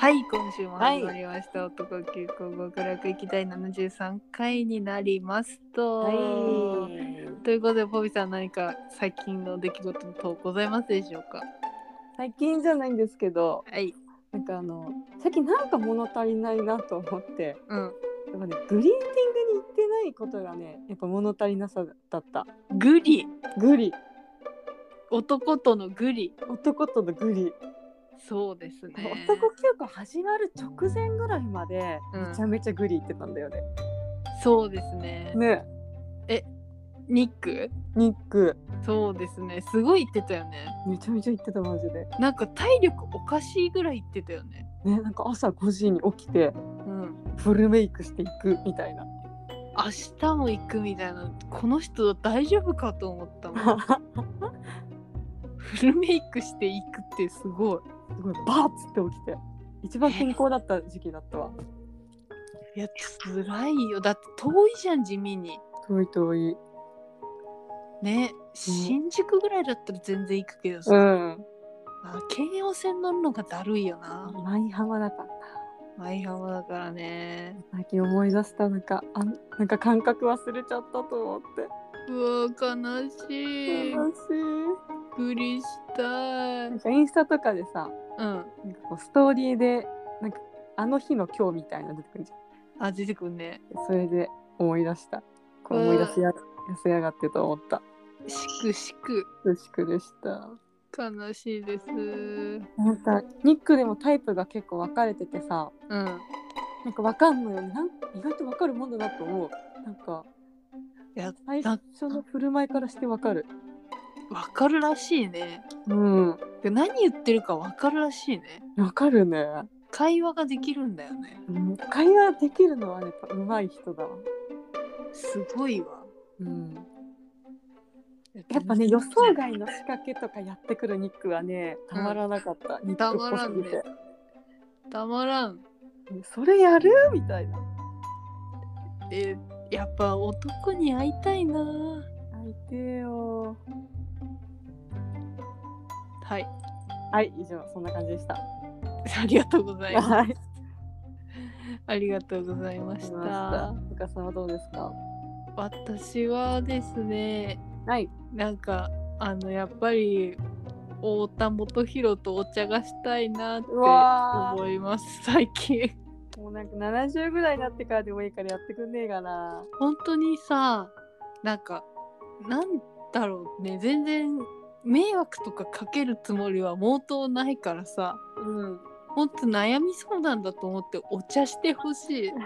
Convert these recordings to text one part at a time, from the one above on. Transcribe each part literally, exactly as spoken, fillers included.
はい、今週も始まりました、はい、男急行極楽行きたいななじゅうさんかいになりますと、 はい、 ということでポビさん、何か最近の出来事等ございますでしょうか？ 最近じゃないんですけど、 はい、 なんかあの最近なんか物足りないなと思って、 うん、 やっぱねグリーティングに行ってないことがねやっぱ物足りなさだった。 グリグリ男とのグリ男とのグリそうですね。 男急行始まる直前ぐらいまでめちゃめちゃグリ行ってたんだよね、 うん、そうですね。 ねえニックニックそうですね、すごい言ってたよね。 めちゃめちゃ言ってた、マジで。 なんか体力おかしいぐらい言ってたよね。 ね、なんか朝ごじに起きて、うん、フルメイクしていくみたいな、 明日も行くみたいな。この人大丈夫かと思ったもんフルメイクしていくってすごいすごいバーッつって起きて一番健康だった時期だったわ。 いや辛いよ、だって遠いじゃん、地味に。 遠い遠いね、新宿ぐらいだったら全然行くけどさ、 うん、 あ京葉線乗るのがだるいよな。 舞浜だからな。 舞浜だからね。 最近思い出した、なんかあなんか感覚忘れちゃったと思って。 うわ悲しい。 悲しい。 グリしたい。 なんかインスタとかでさ、 うん、なんかこうストーリーでなんかあの日の今日みたいなの出てくるじゃん。あ、出てくるね。 それで思い出した。こう思い出しやすやがってと思った。 しくしくしくでした。 悲しいです。 なんかニックでもタイプが結構分かれててさ、 うん、 なんか分かんのよね。なん意外と分かるもんだなと思う。なんかいや最初の振る舞いからして分かる。 分かるらしいね。 うん。 で何言ってるか分かるらしいね。 分かるね。 会話ができるんだよね。 うん、会話できるのはね、やっぱ上手い人だわ。 すごいわ。 うん。やっぱね、予想外の仕掛けとかやってくるニックはね、たまらなかった。うん、ニックっぽすぎて。 たまらん。 それやるみたいな。 え、やっぱ男に会いたいな。 会いてよ。 はい。 はい、以上、そんな感じでした。 ありがとうございます。 はい、 ありがとうございました。 お母さんはどうですか？ 私はですね、 はい、 なんかあのやっぱり太田元宏とお茶がしたいなって思います最近。 もうなんかななじゅうぐらいになってからでもいいからやってくんねえかな。 本当にさ、なんかなんだろうね、全然迷惑とかかけるつもりは毛頭ないからさ、うん、ほんと悩み相談だと思ってお茶してほしい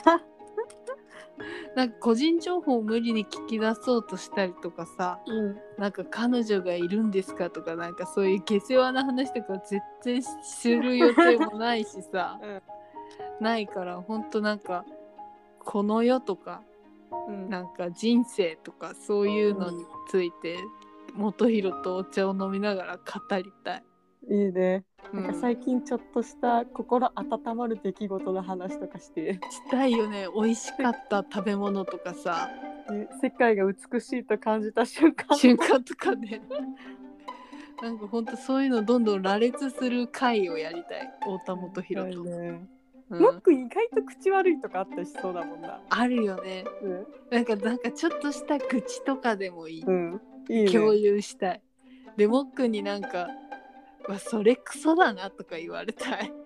なんか個人情報を無理に聞き出そうとしたりとかさ、うん、なんか彼女がいるんですかとか、なんかそういう下世話な話とか絶対する予定もないしさ、うん、ないからほんとなんかこの世とか、うん、なんか人生とかそういうのについて、うん、元宏とお茶を飲みながら語りたい。 いいね。なんか最近ちょっとした心温まる出来事の話とかしてしたいよね。美味しかった食べ物とかさ、 ね、世界が美しいと感じた瞬間瞬間とかねなんかほんとそういうのどんどん羅列する回をやりたい。太田元宏と、 ね、うん、ノック意外と口悪いとかあったりしそうだもんな。 あるよね、うん、なんかなんかちょっとした愚痴とかでもいい、うん、 いいね、 共有したい。でモックになんかわそれクソだなとか言われたい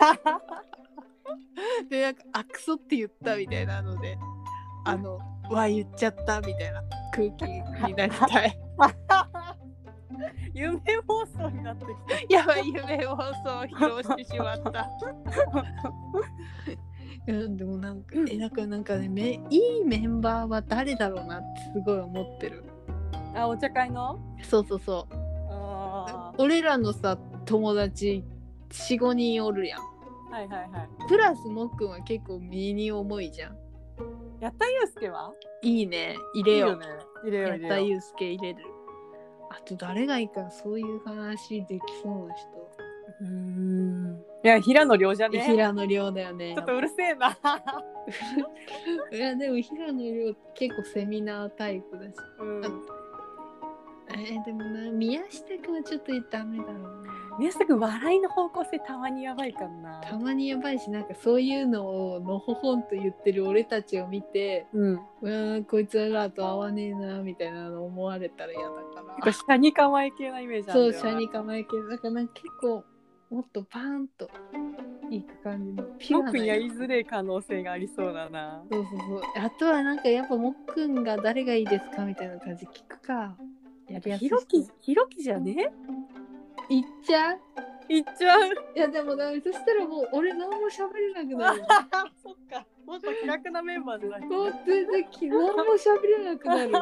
でなんかあクソって言ったみたいなので、あのわ言っちゃったみたいな空気になりたい夢放送になってきた。 やばい、夢放送を披露してしまったいやでもなんかえなんかなんかねめいいメンバーは誰だろうなってすごい思ってる。 あ、お茶会の？ そうそうそう。あ俺らのさ友達 よん,ご 人おるやん。 はいはいはい。 プラスもっくんは結構身に重いじゃん。 やったゆうすけは？ いいね、入れよう。いいよね、入れよう入れよう。 やったゆうすけ入れる。あと誰がいいか、そういう話できそうな人。 うーん。いや平野亮じゃね？ 平野亮だよね。 ちょっとうるせえな。 いやでも平野亮結構セミナータイプだし。 うん、 えー、でもな宮下くんはちょっとダメだろうな。 宮下くん笑いの方向性たまにやばいかな。 たまにやばいし、なんかそういうのをのほほんと言ってる俺たちを見て、うん、うわこいつらと合わねえなみたいなの思われたら嫌だから。 結構車に構え系なイメージあるんだよ。 そう、車に構え系だからなんか結構もっとパーンといく感じのピュアな。もっくんやりづれ可能性がありそうだな。 そうそうそう。あとはなんかやっぱもっくんが誰がいいですかみたいな感じ聞くか。 やりやすい。ひろき、ひろきじゃね？ いっちゃう？ いっちゃう。いやでもだめ、そしたらもう俺何も喋れなくなる。 そっか。もっと気楽なメンバーじゃない。 もう全然何も喋れなくなる。もう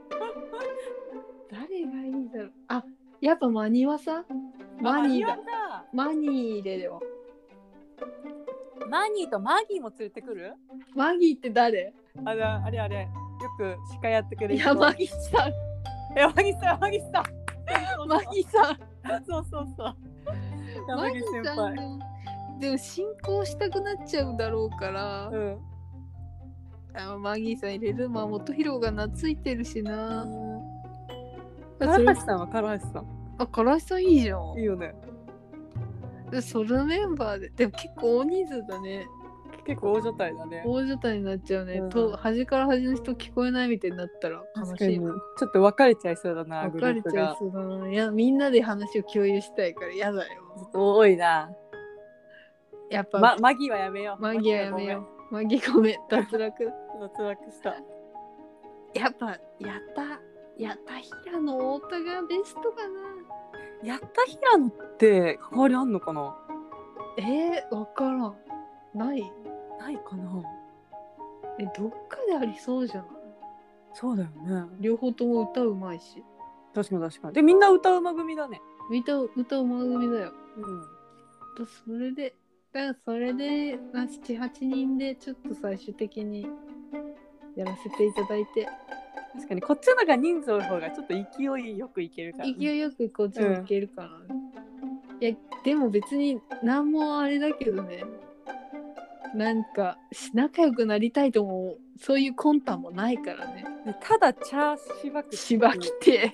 誰がいいだろう。あ、やっぱマニワさん？マニーだ。マニーでよ。 マニーとマギーも連れてくる？ マギーって誰？ あれあれあれ。よく司会やってくれる。 いやマギさん。 えマギさんマギさん。 マギさん。 そうそうそう。マギ先輩。 でも進行したくなっちゃうだろうから、うん、あマギーさん入れる。まあ元弘が懐いてるしな。 唐橋さんは唐橋さん。 あ、唐橋さんいいじゃん。 いいよね。 でそのメンバーで、でも結構大人数だね。 結構大所帯だね。 大所帯になっちゃうね。うん、と端から端の人聞こえないみたいになったら悲しい。 ちょっと別れちゃいそうだな。 別れちゃいそうだな。いやみんなで話を共有したいから嫌だよ。 多いな。 やっぱ、 ま、マギーはやめよう。 マギーはやめよう。マギーごめん脱落。 脱落した。 やっぱやったやった平野太田がベストかな。やった平野って関わりあんのかな。 えー、わからん。ないないかな。 え、どっかでありそうじゃない？ そうだよね。 両方とも歌うまいし。 確かに確かに。でみんな歌うま組だね。 歌う歌うま組だよ。うん。とそれでだからそれでなな、はちにんでちょっと最終的にやらせていただいて。 確かにこっちのが人数多い方がちょっと勢いよくいけるから、ね、 勢いよくこっちもいけるから、ね、うん、いやでも別に何もあれだけどね、なんか仲良くなりたいともそういう魂胆もないからね。 ただ茶しばくしばきて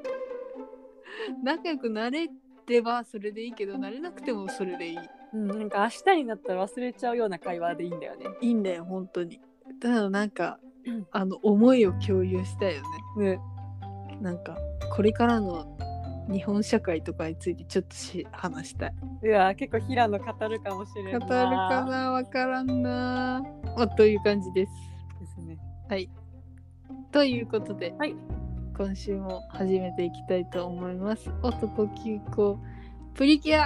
仲良くなれればそれでいいけど、なれなくてもそれでいい、 うん、なんか明日になったら忘れちゃうような会話でいいんだよね。 いいんだよ本当に。ただなんか、うん、あの思いを共有したいよね。ね、なんかこれからの日本社会とかについてちょっとし話したい。 いや結構平野語るかもしれない。 語るかな、わからんな。まあ、という感じです。 ですね。 はい。ということで、 はい、 今週も始めていきたいと思います。男急行プリキュア。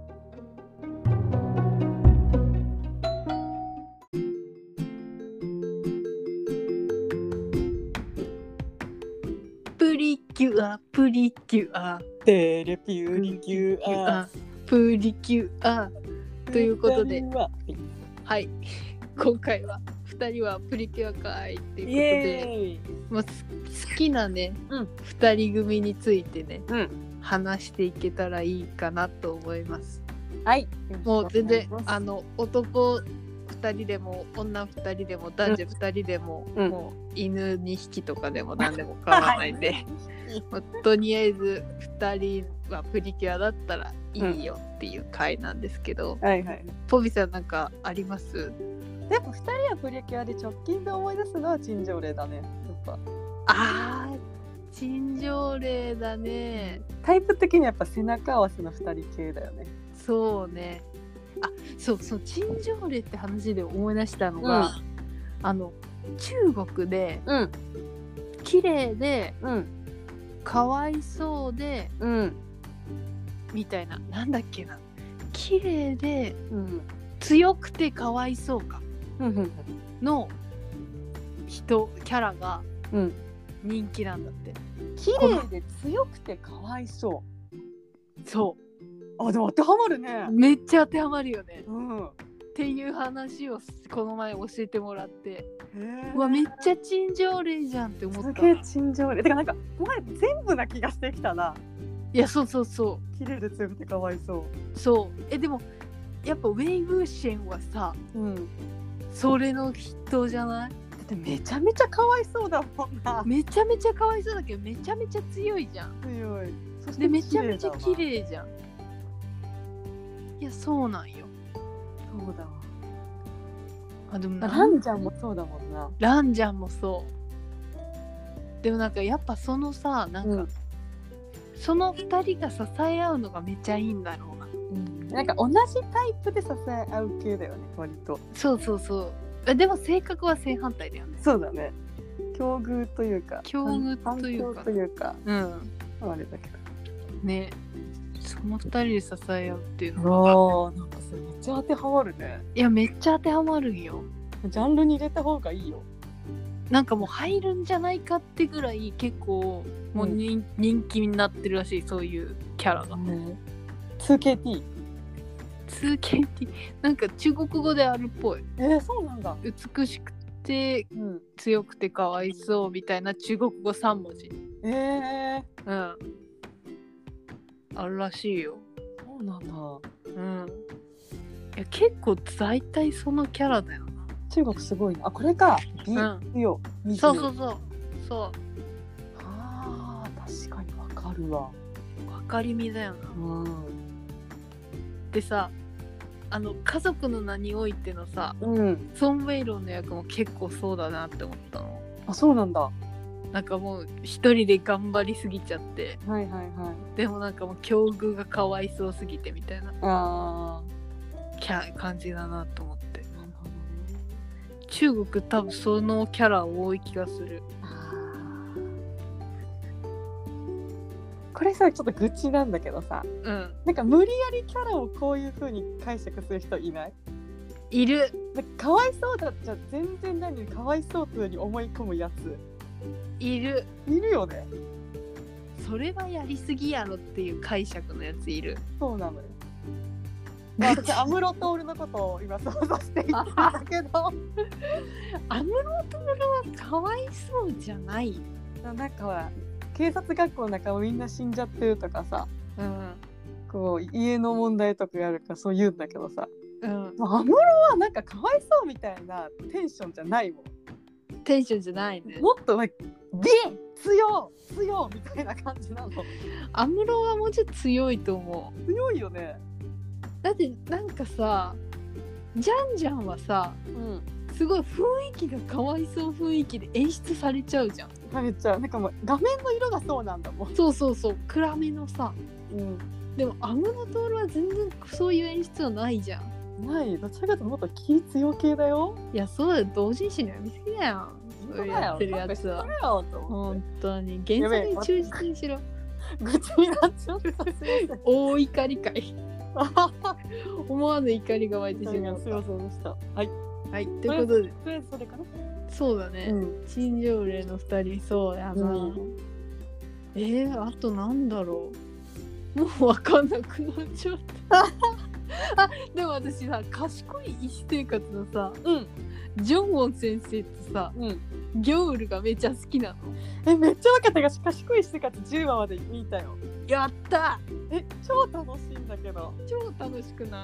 プリキュアプリキュアテレピュリキュアプリキュアということで、はい、今回はふたりはプリキュア会っていうことで、まあ、好きなね、うん、ふたり組についてね、うん、話していけたらいいかなと思います。 はい、 もう全然あの男ふたりでも女ふたりでも男女ふたりでも、うん、もう犬にひきとかでも何でも構わないんでまあ、とりあえずふたりはプリキュアだったらいいよっていう回なんですけど、 うん、はいはい、 ポビさんなんかあります？ やっぱふたりはプリキュアで直近で思い出すのは陳情令だね。やっぱあー陳情令だね。 タイプ的にやっぱ背中合わせのふたり系だよね。 そうね。あ、そうそう、陳情令って話で思い出したのが、うん、あの中国で、うん、綺麗で、うん、かわいそうで、うん、みたいな、なんだっけな、綺麗で、うん、強くてかわいそうかの人キャラが人気なんだって。 綺麗で強くてかわいそう。 そう。 あ、でも当てはまるね。 めっちゃ当てはまるよね、うん、っていう話をこの前教えてもらって、うわめっちゃ陳情令じゃんって思った。 すげえ陳情令てかなんか前全部な気がしてきたな。 いやそうそうそう、 綺麗で強くてかわいそう。 そうえでもやっぱウェイ・ウーシェンはさ、うん、それの筆頭じゃない？ ってめちゃめちゃかわいそうだもんな。 めちゃめちゃかわいそうだけどめちゃめちゃ強いじゃん。 強い。そしてでめちゃめちゃ綺麗じゃん。いやそうなんよ。 そうだわ。 あでもランジャンもそうだもんな。 ランジャンもそう。でもなんかやっぱそのさなんか、うん、そのふたりが支え合うのがめっちゃいいんだろうな。 うん、なんか同じタイプで支え合う系だよね割と。 そうそうそう。でも性格は正反対だよね。 そうだね。境遇というか境遇というかというか、 うん、 あれだけどね。そのふたりで支え合うっていうのがなんかそれめっちゃ当てはまるね。 いやめっちゃ当てはまるよ。 ジャンルに入れた方がいいよ。 なんかもう入るんじゃないかってぐらい結構もう、うん、人気になってるらしいそういうキャラが、ね、 ツーケーティーツーケーティー なんか中国語であるっぽい。 えー、そうなんだ。 美しくて、うん、強くてかわいそうみたいな中国語さん文字。 えー、 うんあるらしいよ。 そうなんだ。 うん。いや結構大体そのキャラだよな。 中国すごいな。あこれか。美強、 うん。そうそうそうそう。 ああ確かにわかるわ。 わかりみだよな。 うん。 でさ、あの家族の名においてのさ、 うん、 ソン・ウェイロンの役も結構そうだなって思ったの。 あそうなんだ。 なんかもう一人で頑張りすぎちゃって、 はいはいはい、 でもなんかもう境遇がかわいそうすぎてみたいなあキャ感じだなと思って。 なるほどね。 中国多分そのキャラ多い気がする。 これさちょっと愚痴なんだけどさ、 うん、 なんか無理やりキャラをこういう風に解釈する人いない？ いる。 なんかかわいそうだっちゃ全然何かわいそうというように思い込むやついるいるよね。 それはやりすぎやろっていう解釈のやついる。 そうなのよ。まあ、私安室透のことを今想像していたんだけど安室透はかわいそうじゃない。 なんか警察学校の中もみんな死んじゃってるとかさ、 うん、 こう家の問題とかやるからそう言うんだけどさ、 うん、 安室はなんかかわいそうみたいなテンションじゃないもん。 テンションじゃないね。 もっとなんかで強強みたいな感じなの。 安室はもうちょっと強いと思う。強いよね。 だってなんかさジャンジャンはさ、うん、すごい雰囲気がかわいそう雰囲気で演出されちゃうじゃん。 されちゃう。なんかもう画面の色がそうなんだもん。 そうそうそう暗めのさ、 うん、 でも安室透は全然そういう演出はないじゃん。 ない。どちらかというともっと気強系だよ。 いやそうだよ。同人誌のやみすぎだよ。そうやってるやつは本当に原作に忠実にしろ。 愚痴になっちゃった大怒り会思わぬ怒りが湧いてしまった。 すいませんでした。はいはいということでとりあえずそれかな。 そうだね、うん、新条例のふたりそうやな、うん、えー、あとなんだろうもう分かんなくなっちゃったあでも私さ賢い医師生活のさ、うん、ジョンウォン先生ってさ、うん、ギョウルがめっちゃ好きなの。 えめっちゃ分かったが賢い医師生活じゅうわまで見たよ。 やったえ超楽しいんだけど。 超楽しくない？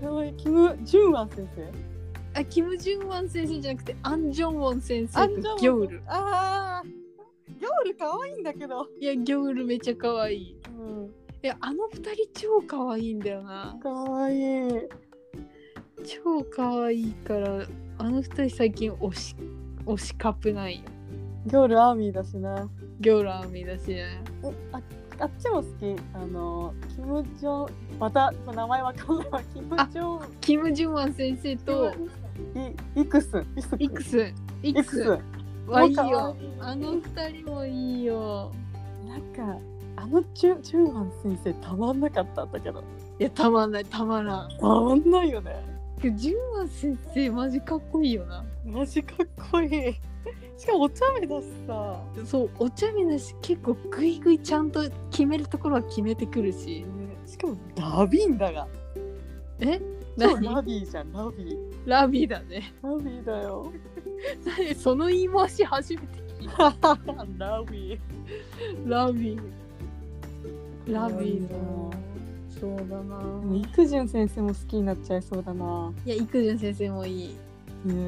やばいキム・ジュンワン先生あキム・ジュンワン先生じゃなくてアン・ジョンウォン先生とギョウル。 あーギョウル可愛いんだけど。 いやギョウルめっちゃ可愛い。うん、いやあの二人超可愛いんだよな。 可愛い超可愛いからあの二人最近推し推しカップないよ。 ギョウルアーミーだしな。 ギョウルアーミーだしね。 ああっちも好き。あのキム・ジョンまた名前わかんないわ。キム・ジョンキム・ジュンワン先生とイクスイクスイクスはいいよ。あの二人もいいよ。 なんかあのジュジュンワン先生たまんなかったんだけど。 いやたまんないたまらんたまんないよね。 ジュンワン先生マジかっこいいよな。 マジかっこいい。しかもお茶目だしさ。 そうお茶目だし結構グイグイちゃんと決めるところは決めてくるし、 ね、しかもラビンだがえ何ラビーじゃんラビーラビーだね。 ラビーだよその言い回し初めて聞いたラビーラビーラビーだそうだな。 イクジュン先生も好きになっちゃいそうだな。 いやイクジュン先生もいい、 ね、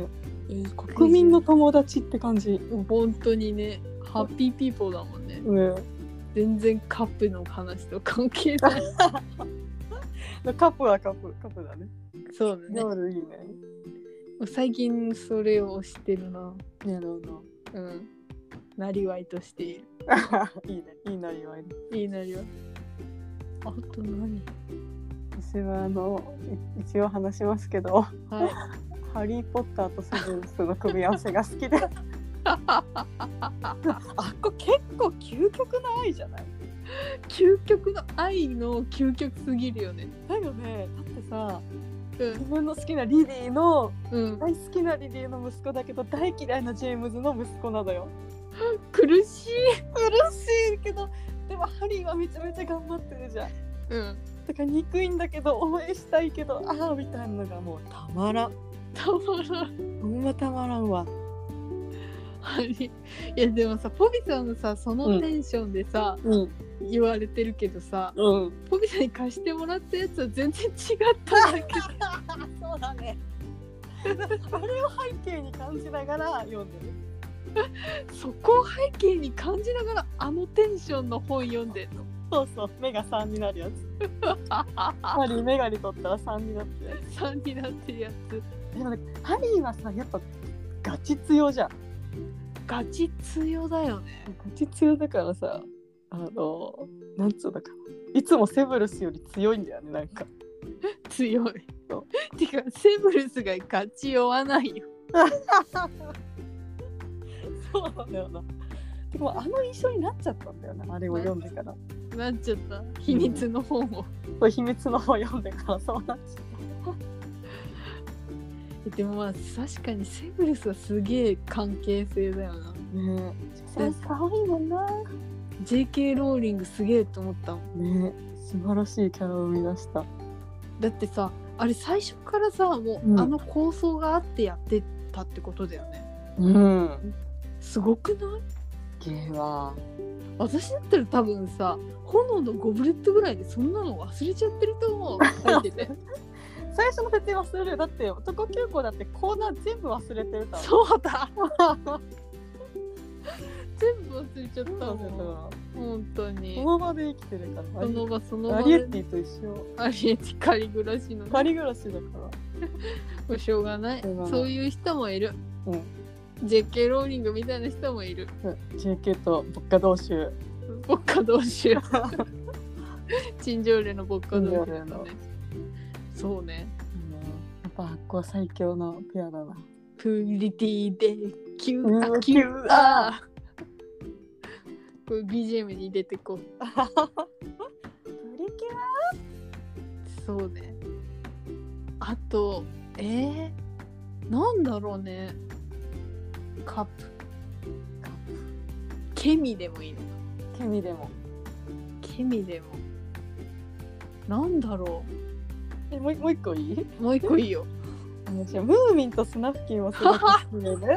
国民の友達って感じ。 本当にね、ハッピーピーポーだもんね、うん、全然カップの話と関係ないカップはカップカップだね。 そうだね。 夜いいね。 最近それをしてるな。 なるほど。 うん。なりわいとしている。 いいね。いいなりわい。 いいなりわい。あと何？ 私はあの一応話しますけど、はい、ハリーポッターとセブンスの組み合わせが好きであこれ結構究極の愛じゃない？ 究極の愛の究極すぎるよね。 だよね。だってさ、うん、自分の好きなリリーの、うん、大好きなリリーの息子だけど大嫌いなジェームズの息子なのよ。 苦しい苦しいけどでもハリーはめちゃめちゃ頑張ってるじゃん。 うん。 だから憎いんだけど応援したいけどああみたいなのがもうたまらん。 たまらん。 ほんまたまらんわ。 ハリー。いやでもさ、ポビさんのさそのテンションでさ、うん、言われてるけどさ、うん、ポビさんに貸してもらったやつは全然違ったんだけどそうだねあれを背景に感じながら読んでるそこを背景に感じながらあのテンションの本読んでんの。 そうそう、目がさんになるやつハリーメガネ取ったらさんになってるやつさんになってるやつ。 でもね、ハリーはさやっぱガチ強じゃん。 ガチ強だよね。 ガチ強だからさ、あのなんつうのかいつもセブルスより強いんだよね。なんか強いてかセブルスがガチ酔わないよそうなんだよな。でもあの印象になっちゃったんだよね、あれを読んでからなっちゃった。秘密の本を、 うん、そう秘密の本読んでからそうなっちゃったでもまあ確かにセブルスはすげえ関係性だよな。 ねえ、かわいいもんな。 ジェーケー ローリングすげえと思ったもんね。素晴らしいキャラを生み出した。 だってさ、あれ最初からさもう、うん、あの構想があってやってたってことだよね。 うんすごくない？ ゲーは私だったら多分さ炎のゴブレットぐらいでそんなの忘れちゃってると思う書いてて最初の設定忘れる。だって男急行だってコーナー全部忘れてるから。 そうだ全部忘れちゃったもん。本当にその場で生きてるから。 その場その場アリエッティと一緒。 アリエッティ仮暮らしの、ね、 仮暮らしだからもうしょうがない。そういう人もいる。うんジェーケー ローリングみたいな人もいる。 うん、ジェーケー と牧歌同州。 牧歌同州。陳情令の牧歌同州のね。そうね。 やっぱ発酵最強のペアだな。 プリティでキューキューあー。これ ビージーエム に入れてこう。プリキュア？そうね。あとえー、なんだろうね。カップカップケミでもいいのか。 ケミでもケミでもなんだろう。えもう、もう一個いい？ もう一個いいよ。 私はムーミンとスナフキンはすごく好きでね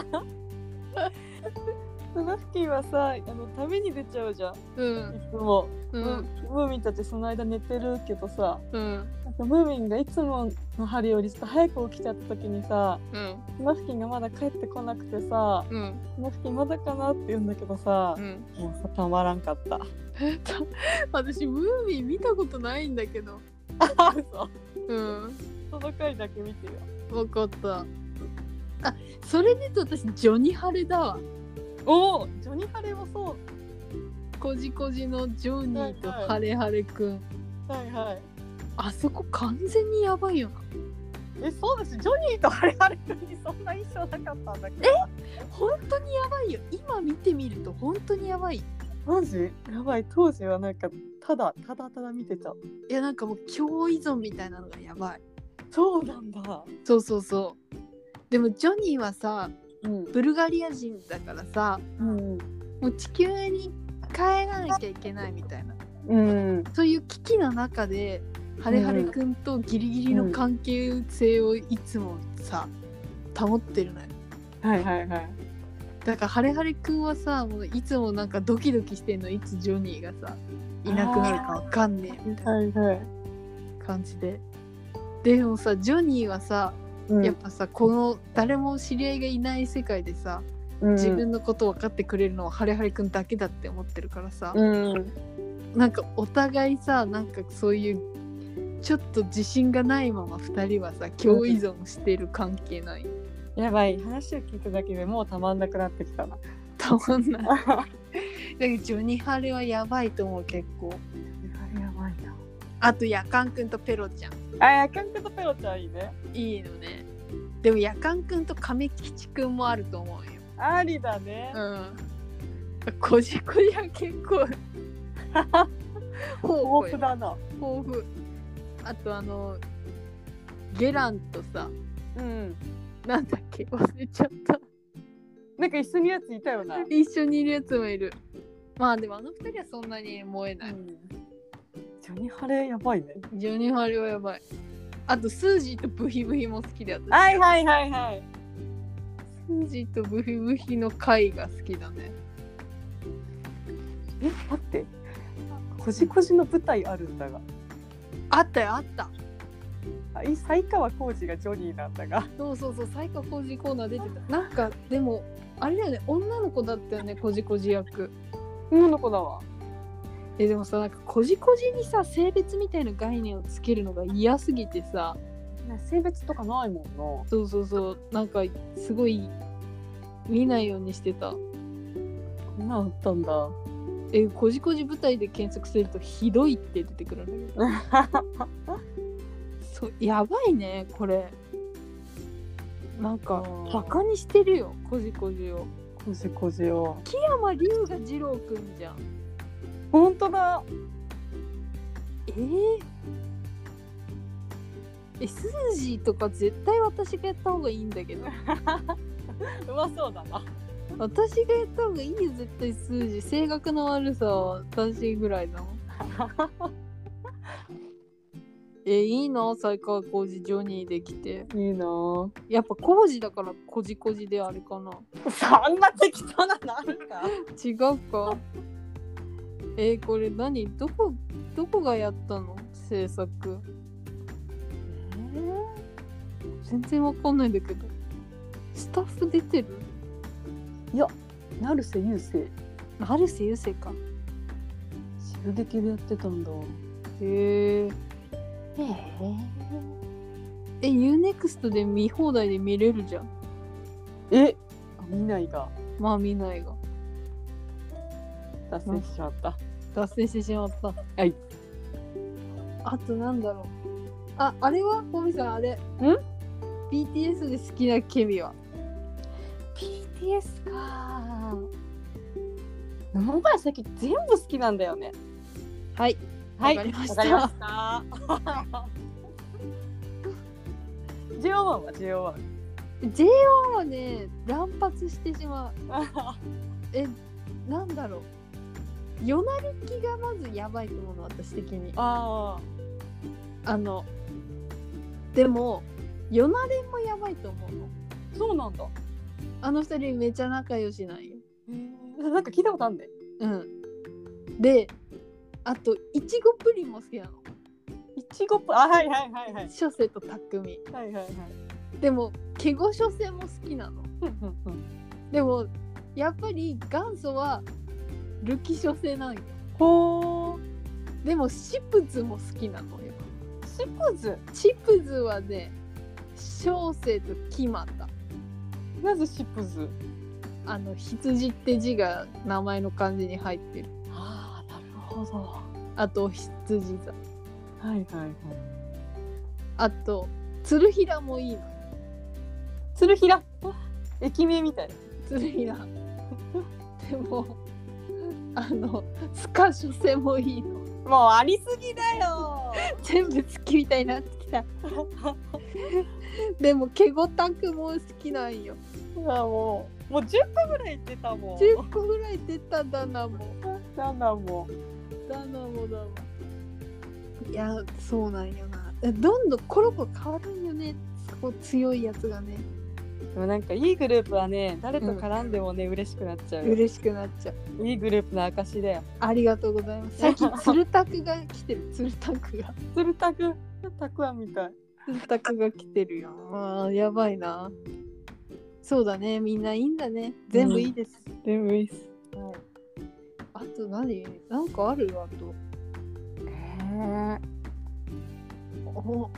スナフキンはさあの旅に出ちゃうじゃん、うん、いつも、うん、ムーミンたちその間寝てるけどさ、うん、なんかムーミンがいつもの針よりちょっと早く起きちゃった時にさ、うん、スナフキンがまだ帰ってこなくてさ、うん、スナフキンまだかなって言うんだけどさ、うん、もうさたまらんかった私ムーミン見たことないんだけどあ嘘うんその回だけ見てよ。 分かった。あそれで言うと私ジョニハレだわ。 おおジョニハレもそう。 こじこじのジョニーとハレハレくん。 はいはい。 あそこ完全にやばいよな。えそうです。ジョニーとハレハレくんにそんな印象なかったんだけど。 え本当にやばいよ。今見てみると本当にやばい。 マジやばい。当時はなんかただただただ見てた。 いやなんかもう共依存みたいなのがやばい。 そうなんだ。 そうそうそう。でもジョニーはさ、うん、ブルガリア人だからさ、うん、もう地球に帰らなきゃいけないみたいな、うん、そういう危機の中でハレハレくんとギリギリの関係性をいつもさ保ってるのよ。 はいはいはい。 だからハレハレくんはさもういつもなんかドキドキしてんの。いつジョニーがさいなくなるかわかんねえみたいな感じで。でもさジョニーはさうん、やっぱさこの誰も知り合いがいない世界でさ、うん、自分のこと分かってくれるのはハレハレくんだけだって思ってるからさ、うん、なんかお互いさなんかそういうちょっと自信がないままふたりはさ共依存してる関係ない、 うん、やばい話を聞いただけでもうたまんなくなってきたな。 たまんないだけどジョニハレはやばいと思う結構。ジョニハレやばいな。 あとヤカンくんとペロちゃん。 あ、ヤカンくんとペロちゃんいいね。 いいのね。でもヤカンくんと亀吉くんもあると思うよ。 ありだね。 うん。こじこじは結構豊富だな。 豊富。あとあのゲランとさ、うん、なんだっけ忘れちゃった。 なんか一緒にいるやついたよな。 一緒にいるやつもいる。まあでもあの二人はそんなに燃えない。うん、 ジョニハレやばいね。 ジョニハレはやばい。あとスージーとブヒブヒも好きで私。 はいはいはいはい。 スージーとブヒブヒの回が好きだね。 え、待って。こじこじの舞台あるんだが。 あったよあった。 あ、才川コージがジョニーなんだが。 そうそうそう才川コージコーナー出てた。なんかでもあれだよね女の子だったよねこじこじ役。 女の子だわ。 えでもさなんかこじこじにさ性別みたいな概念をつけるのが嫌すぎてさ。 性別とかないもんな。 そうそうそうなんかすごい見ないようにしてた。こんなあったんだ。 えこじこじ舞台で検索するとひどいって出てくるんだけどそうやばいねこれ。なんかバカにしてるよこじこじを。 こじこじを木山龍が二郎くんじゃん。 ほんとだ。 えー、えスージーとか絶対私がやった方がいいんだけどうまそうだな。 私がやった方がいいよ絶対スージー。性格の悪さは私ぐらいだもんえいいな才川コージジョニーできて。 いいな。 やっぱコージだからこじこじであれかな。 そんな適当なのあるか違うかえー、これ何どこどこがやったの制作。えー、全然わかんないんだけどスタッフ出てる。 いや成瀬優生。 成瀬優生か。 襲撃でやってたんだ。 へえええユーネクストで見放題で見れるじゃん。 え見ないが。 まあ見ないが脱線してしまった。 脱線してしまった。 はい。 あとなんだろう。ああれはホミさんあれ。ん ビーティーエス で好きなケミは。 ビーティーエス かー。もはや最近全部好きなんだよね。 はいはい、 わかりました。 ジェイオーワン は ジェイオーワン。ジェイオーワン はね乱発してしまう。えなんだろう。ヨナルキがまずやばいと思うの私的に。 あああのでもヨナレンもやばいと思うの。 そうなんだ。 あの二人めちゃ仲良しなんよ。 なんか聞いたことあるね。 うんであといちごプリンも好きなの。 いちごプリン、あはいはいはいはい。 初世と匠。 はいはいはい。 でもケゴ初世も好きなの。でもやっぱり元祖はルキ初世なんよ。 ほー。 でもシプズも好きなのよ。 シプズシプズはね小生とキマタ。 なぜシプズ。 あの羊って字が名前の漢字に入ってる。 ああなるほど。 あと羊座。 はいはいはい。 あとつるひらもいいの。 つるひら駅名みたいな。 つるひらでもあのスカショセもいいの。 もうありすぎだよ全部好きみたいになってきたでもケゴタクも好きなんよ。 あもうもうじゅっこぐらい出たもん。 じゅっこぐらい出た。ダナもダナもダナもだわ。いやそうなんよな。どんどんコロコロ変わるんよね。こう強いやつがね。 でもなんかいいグループはね誰と絡んでもね、うん、嬉しくなっちゃう。 嬉しくなっちゃう。いいグループの証だよ。 ありがとうございます。最近ツルタクが来てる。ツルタクがツルタクたくあんみたい。 タクが来てるよ。あーやばいな。そうだね、みんないいんだね。全部いいです。 うん、全部いいです。 はい。あと何？なんかあるよ、あと。 えー、 おお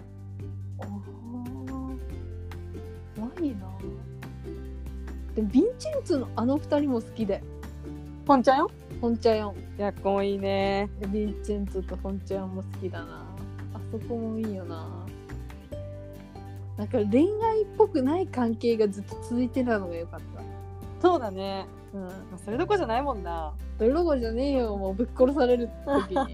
ないな。でもヴィンチェンツのあの二人も好きで。 本ちゃんよ。 本ちゃんよ。 やっこもいいね。 ヴィンチェンツと本ちゃんも好きだな。あそこもいいよな。なんか恋愛っぽくない関係がずっと続いてたのが良かった。 そうだね。 うん。 それどころじゃないもんな。 それどころじゃねえよ。もうぶっ殺される時に。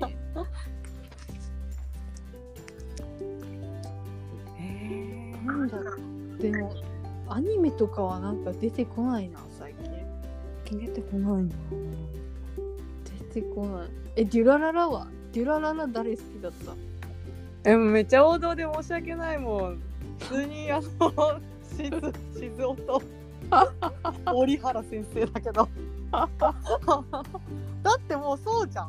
えー、なんだろう。でもアニメとかはなんか出てこないな最近。 出てこないな。 出てこない。え、デュラララはデュラララ誰好きだった？ え、めっちゃ王道で申し訳ないもん。普通にあの静静雄と折原先生だけどだってもうそうじゃん。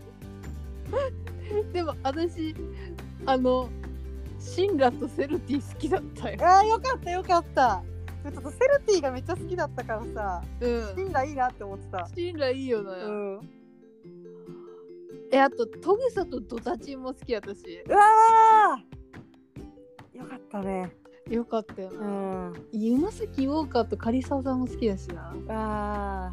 でも私あのシンラとセルティ好きだったよ。 あーよかったよかった。ちょっとセルティがめっちゃ好きだったからさ、 うん、 シンラいいなって思ってた。 シンラいいよな、 うん、 え、あとトグサとドタチンも好き私。 うわーよかったね。 よかったよな、 うん、 夢崎ウォーカーとカリサワさんも好きだしな。 あ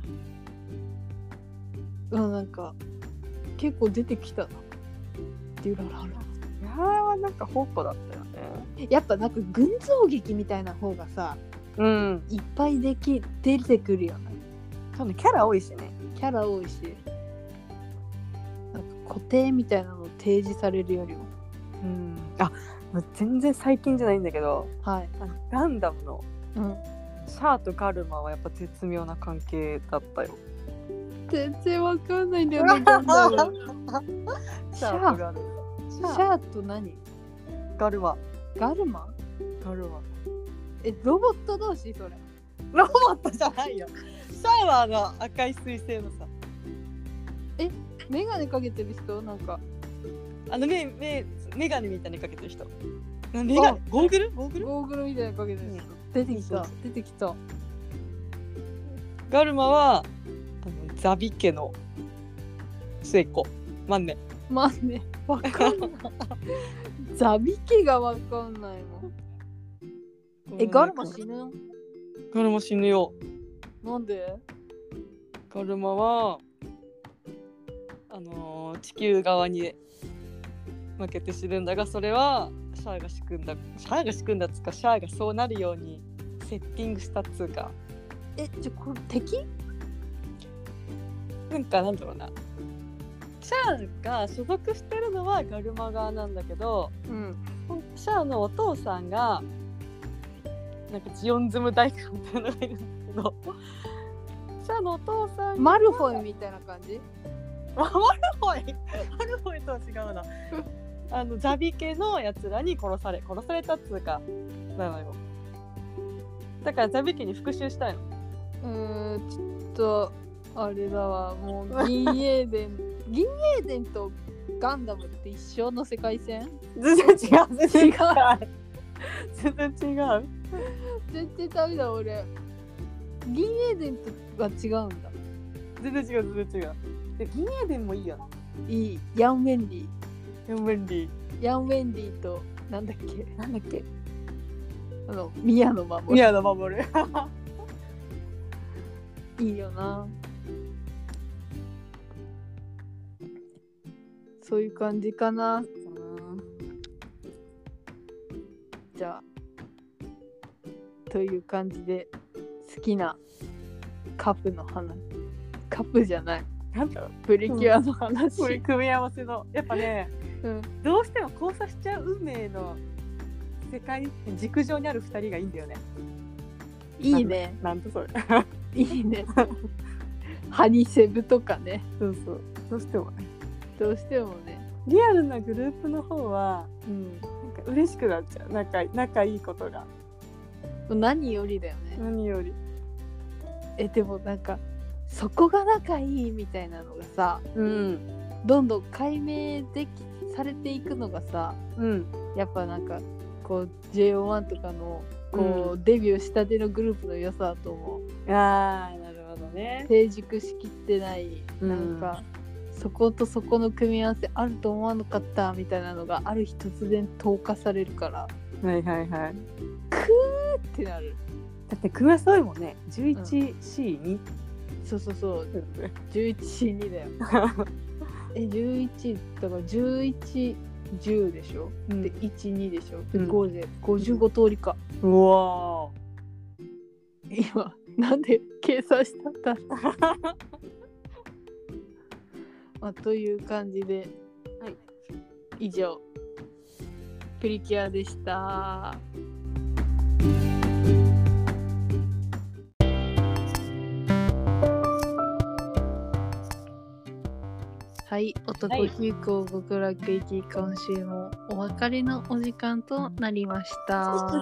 ー、うん、なんか結構出てきたなデュラララ。 いやーなんかホットだったよね。 やっぱなんか群像劇みたいな方がさ、 うん、 いっぱいでき出てくるよね。 そうね、キャラ多いしね。 キャラ多いし、なんか固定みたいなのを提示されるよりも、 うん、あ、全然最近じゃないんだけど、 はい、 あのガンダムの、 うん、 シャアとガルマはやっぱ絶妙な関係だったよ。 全然わかんないんだよねガンダム。 シャアとガルマ。 シャアと何？ ガルマ。 ガルマ？ ガルマ。 え、ロボット同士それ？ ロボットじゃないよ。シャアはあの赤い彗星のさ。 え、メガネかけてる人？なんかあのメメメガネみたいにかけてる人。メガネ？ゴーグル？ゴーグル？ ゴーグルみたいにかけてる人、うん、出てきた出てきた。 ガルマはあのザビ家の末っ子。マンネ。 マンネ。わかんない。ザビ家がわかんないもん。え、ガルマ死ぬ？ ガルマ死ぬよ。 なんで？ ガルマはあのー、地球側に負けて死ぬんだが、それはシャアが仕組んだシャアが仕組んだっつうか、シャアがそうなるようにセッティングしたっつうか。 え、じゃこれ敵？ なんかなんだろうな、シャアが所属してるのはガルマ側なんだけど、うん、シャアのお父さんがなんかジオンズム大工みたいなのがいるんだけど、シャアのお父さんマルフォイみたいな感じ？ マルフォイマルフォイとは違うな。あのザビ家のやつらに殺され殺されたっつうかなのよ。だからザビ家に復讐したいの。 うーん、ちょっとあれだわ、もう銀英伝銀英伝とガンダムって一緒の世界線？ 全然違う全然違う全然違う全然ダメだ俺。銀英伝とは違うんだ。 全然違う全然違う。で銀英伝もいいよな。 いい。ヤン・ウェンリーヤン・ウェンリーヤン・ウェンリーとなんだっけなんだっけあの宮野真守。 宮野真守いいよな。そういう感じかな。じゃあという感じで好きなカプの話、カプじゃないなんだろう、 プリキュアの話、 これ組み合わせのやっぱね、うん、どうしても交差しちゃう運命の世界軸上にあるふたりがいいんだよね。 いいね。 なんとそれいいね。ハニセブとかね。 そうそう、どうしてもねどうしてもねリアルなグループの方は、うん、なんか嬉しくなっちゃう。仲、仲いいことが何よりだよね。 何より。 え、でもなんかそこが仲いいみたいなのがさ、うん、どんどん解明できされていくのがさ、うん、やっぱなんかこう ジェイオーワン とかのこう、うん、デビューしたてのグループの良さだと思う。あーなるほどね。 成熟しきってない、うん、なんかそことそこの組み合わせあると思わなかったみたいなのがある日突然投下されるから、 はいはいはい、 クーってなる。 だって組み合わせ多いもんね。 じゅういちシーに、うん、 そうそうそう じゅういちシーに だよえじゅういちだからじゅういち、じゅうでしょ、うん、でいち、にでしょで、うん、ごでごじゅうご通りか。 うわ今なんで計算したんだまあ、という感じで、はい、以上プリキュアでした。はい、男急行極楽行き、今週もお別れのお時間となりました。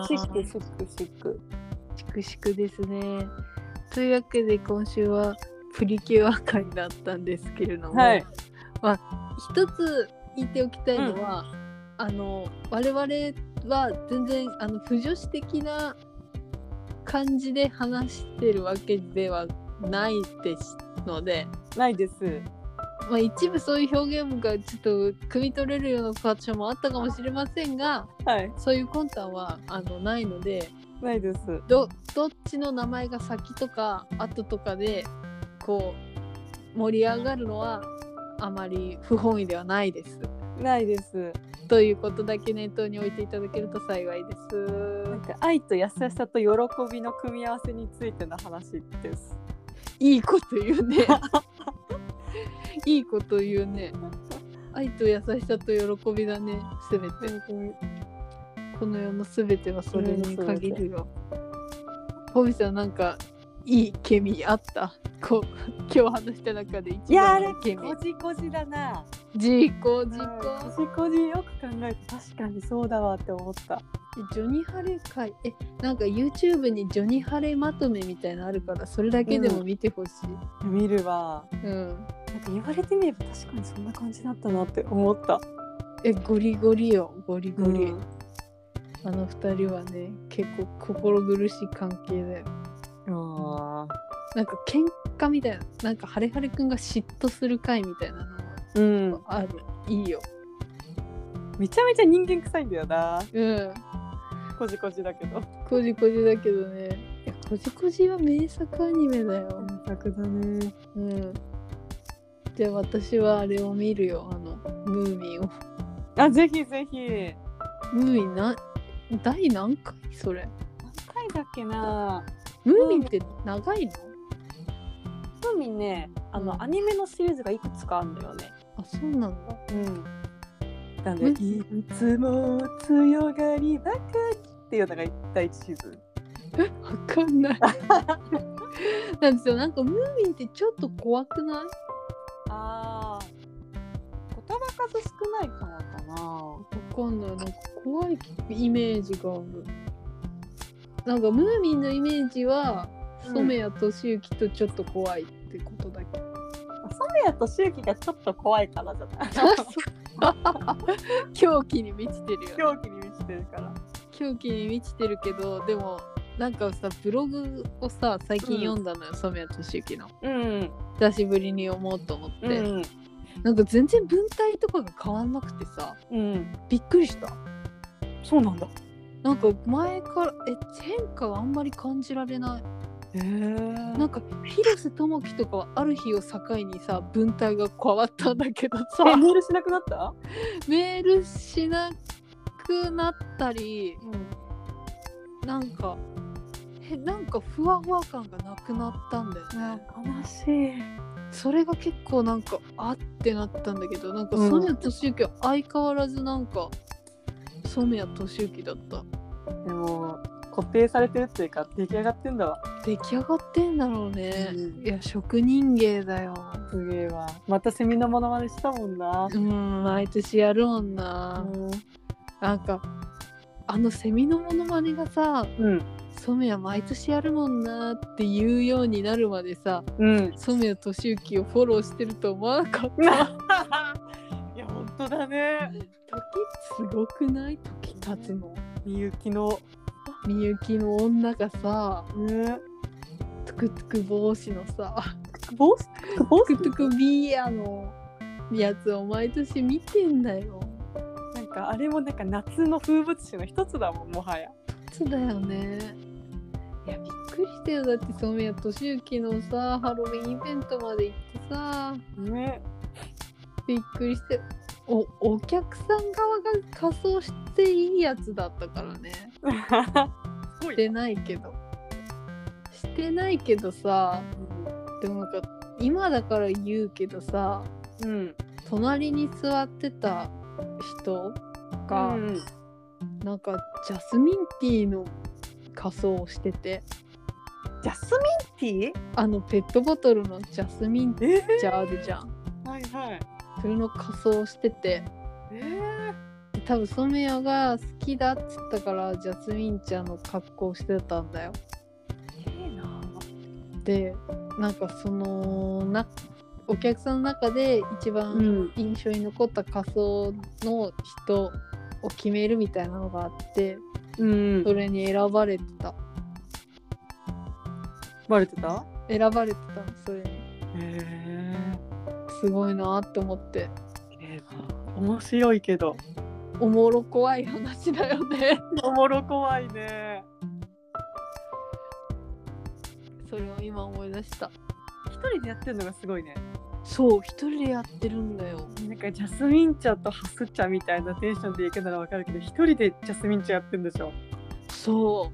シクシクシクシクシクシクですね。というわけで今週はプリキュア会だったんですけれども、はい、まあ一つ言っておきたいのは、うん、あの我々は全然あの不女子的な感じで話してるわけではないですので、 ないです。 まあ、一部そういう表現がちょっと汲み取れるような場所もあったかもしれませんが、はい、そういう魂胆はあのないので、 ないです。 ど、どっちの名前が先とか後とかでこう盛り上がるのはあまり不本意ではないです。 ないです。 ということだけ念頭に置いていただけると幸いです。 なんか愛と優しさと喜びの組み合わせについての話です。 いいこと言うねいいこと言うね。愛と優しさと喜びだね。すべて。この世のすべてはそれに限るよ。ホビさんなんかいいケミあった？こう今日話した中で一番のケミ。いやあれこじこじだな。 じこじこ。 こじこじよく考えて確かにそうだわって思った。 ジョニハレ会えなんか YouTube にジョニハレまとめみたいなのあるからそれだけでも見てほしい、 うん、見るわ。 うん。 なんか言われてみれば確かにそんな感じだったなって思った。 えゴリゴリよゴリゴリ、うん、あの二人はね結構心苦しい関係だよ。 あなんか喧嘩みたいななんかハレハレくんが嫉妬する回みたいなのがある、うん、いいよ。 めちゃめちゃ人間臭いんだよな。 うんこじこじだけどこじこじだけどね。いやこじこじは名作アニメだよ。 名作だね。 うん。じゃあ私はあれを見るよあのムーミンを。 あぜひぜひ。 ムーミンな第何回それ？ 何回だっけな。 ムーミンって長いの？ ムーミンねあの、うん、アニメのシリーズがいくつかあるんだよね。 あそうなんだ。 うん。なんで、いつも強がりばかりっていうのがだいいちシーズン。 えわかんないなんですよ。なんかムーミンってちょっと怖くない？ あー言葉数少ないからかな。わかんない。なんか怖いイメージがある。なんかムーミンのイメージは染谷俊之とちょっと怖いってことだけど、うん、 染谷俊之がちょっと怖いからじゃない狂気に満ちてるよね。 狂気に満ちてるから狂気に満ちてるけどでもなんかさブログをさ最近読んだのよ、うん、染谷俊之の、うん、久しぶりに読もうと思って、うん、なんか全然文体とかが変わんなくてさ、うん、びっくりした。 そうなんだ。 なんか前からえ変化があんまり感じられない。 へー。 なんか広瀬智樹とかはある日を境にさ文体が変わったんだけどさえメールしなくなった？ メールしなくなったり、うん、なんかえなんかふわふわ感がなくなったんだよね。 悲しい。 それが結構なんかあってなったんだけどなんか染谷俊之は相変わらずなんか染谷俊之だった。 でも固定されてるっていうか出来上がってんだわ。 出来上がってんだろうね、うん、いや職人芸だよ。 すげえわ。またセミのモノマネしたもんな。 うん毎年やるもんな、うん、なんかあのセミのモノマネがさ、うん、染谷毎年やるもんなって言うようになるまでさ、うん、染谷俊之をフォローしてると思わなかったいや本当だね。 時すごくない？時経つのみゆきのみゆきの女がさ、 ね、 トゥクトゥク帽子のさ、 トゥクボストゥクトゥクビアのやつを毎年見てんだよ。 なんかあれもなんか夏の風物詩の一つだもん、もはや。 そうだよね。いやびっくりしたよ。だって染谷俊之のさハロウィンイベントまで行ってさ、 ね、 びっくりして、おお客さん側が仮装していいやつだったからね。してないけどしてないけどさ、でもなんか今だから言うけどさ、うん、隣に座ってた人が、うん、なんかジャスミンティーの仮装をしてて。 ジャスミンティー？ あのペットボトルのジャスミンティーじゃあるじゃん、 えー、はいはい。 それの仮装をしてて、えー、多分染谷が好きだっつったからジャスミンちゃんの格好してたんだよ。 いいな。 でなんかそのなお客さんの中で一番印象に残った仮装の人を決めるみたいなのがあって、うん、それに選ばれてた。 バレてた？ 選ばれてたの、それに。へー、すごいなって思って。 えー、面白いけどおもろ怖い話だよね。 おもろ怖いね。 それを今思い出した。 一人でやってるのがすごいね。 そう、一人でやってるんだよ。 なんかジャスミン茶とハス茶みたいなテンションでいけたらわかるけど、一人でジャスミン茶やってんでしょ。 そう、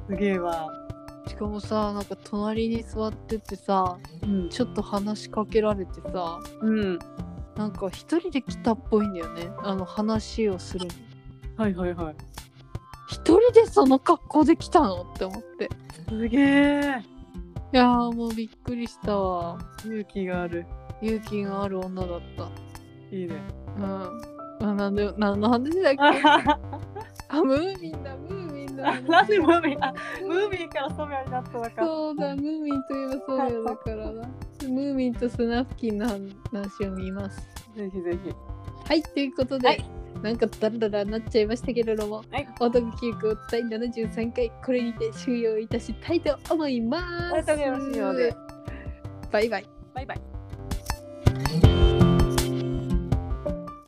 すげえわ。 しかもさ、なんか隣に座っててさ、うん、ちょっと話しかけられてさ、うん、なんか一人で来たっぽいんだよね、あの話をするに。 はいはいはい。 一人でその格好で来たのって思って。 すげえ。 いやーもうびっくりしたわ。 勇気がある。 勇気がある女だった。 いいね。 うん。あ、なんで何の話だっけ？あ、ムーミンだ、ムーミンだ。 なんでムーミン？あ、ムーミンから染谷になったのか。 そうだ、ムーミンといえば染谷だからな。ムーミンとスナフキンの話を見ます。 ぜひぜひ。 はい、ということで、はい、なんかダラダラなっちゃいましたけれども、はい、おとぎ記憶だいななじゅうさんかい、これにて終了いたしたいと思います。 よろしいので。 バイバイ。 バイバイ。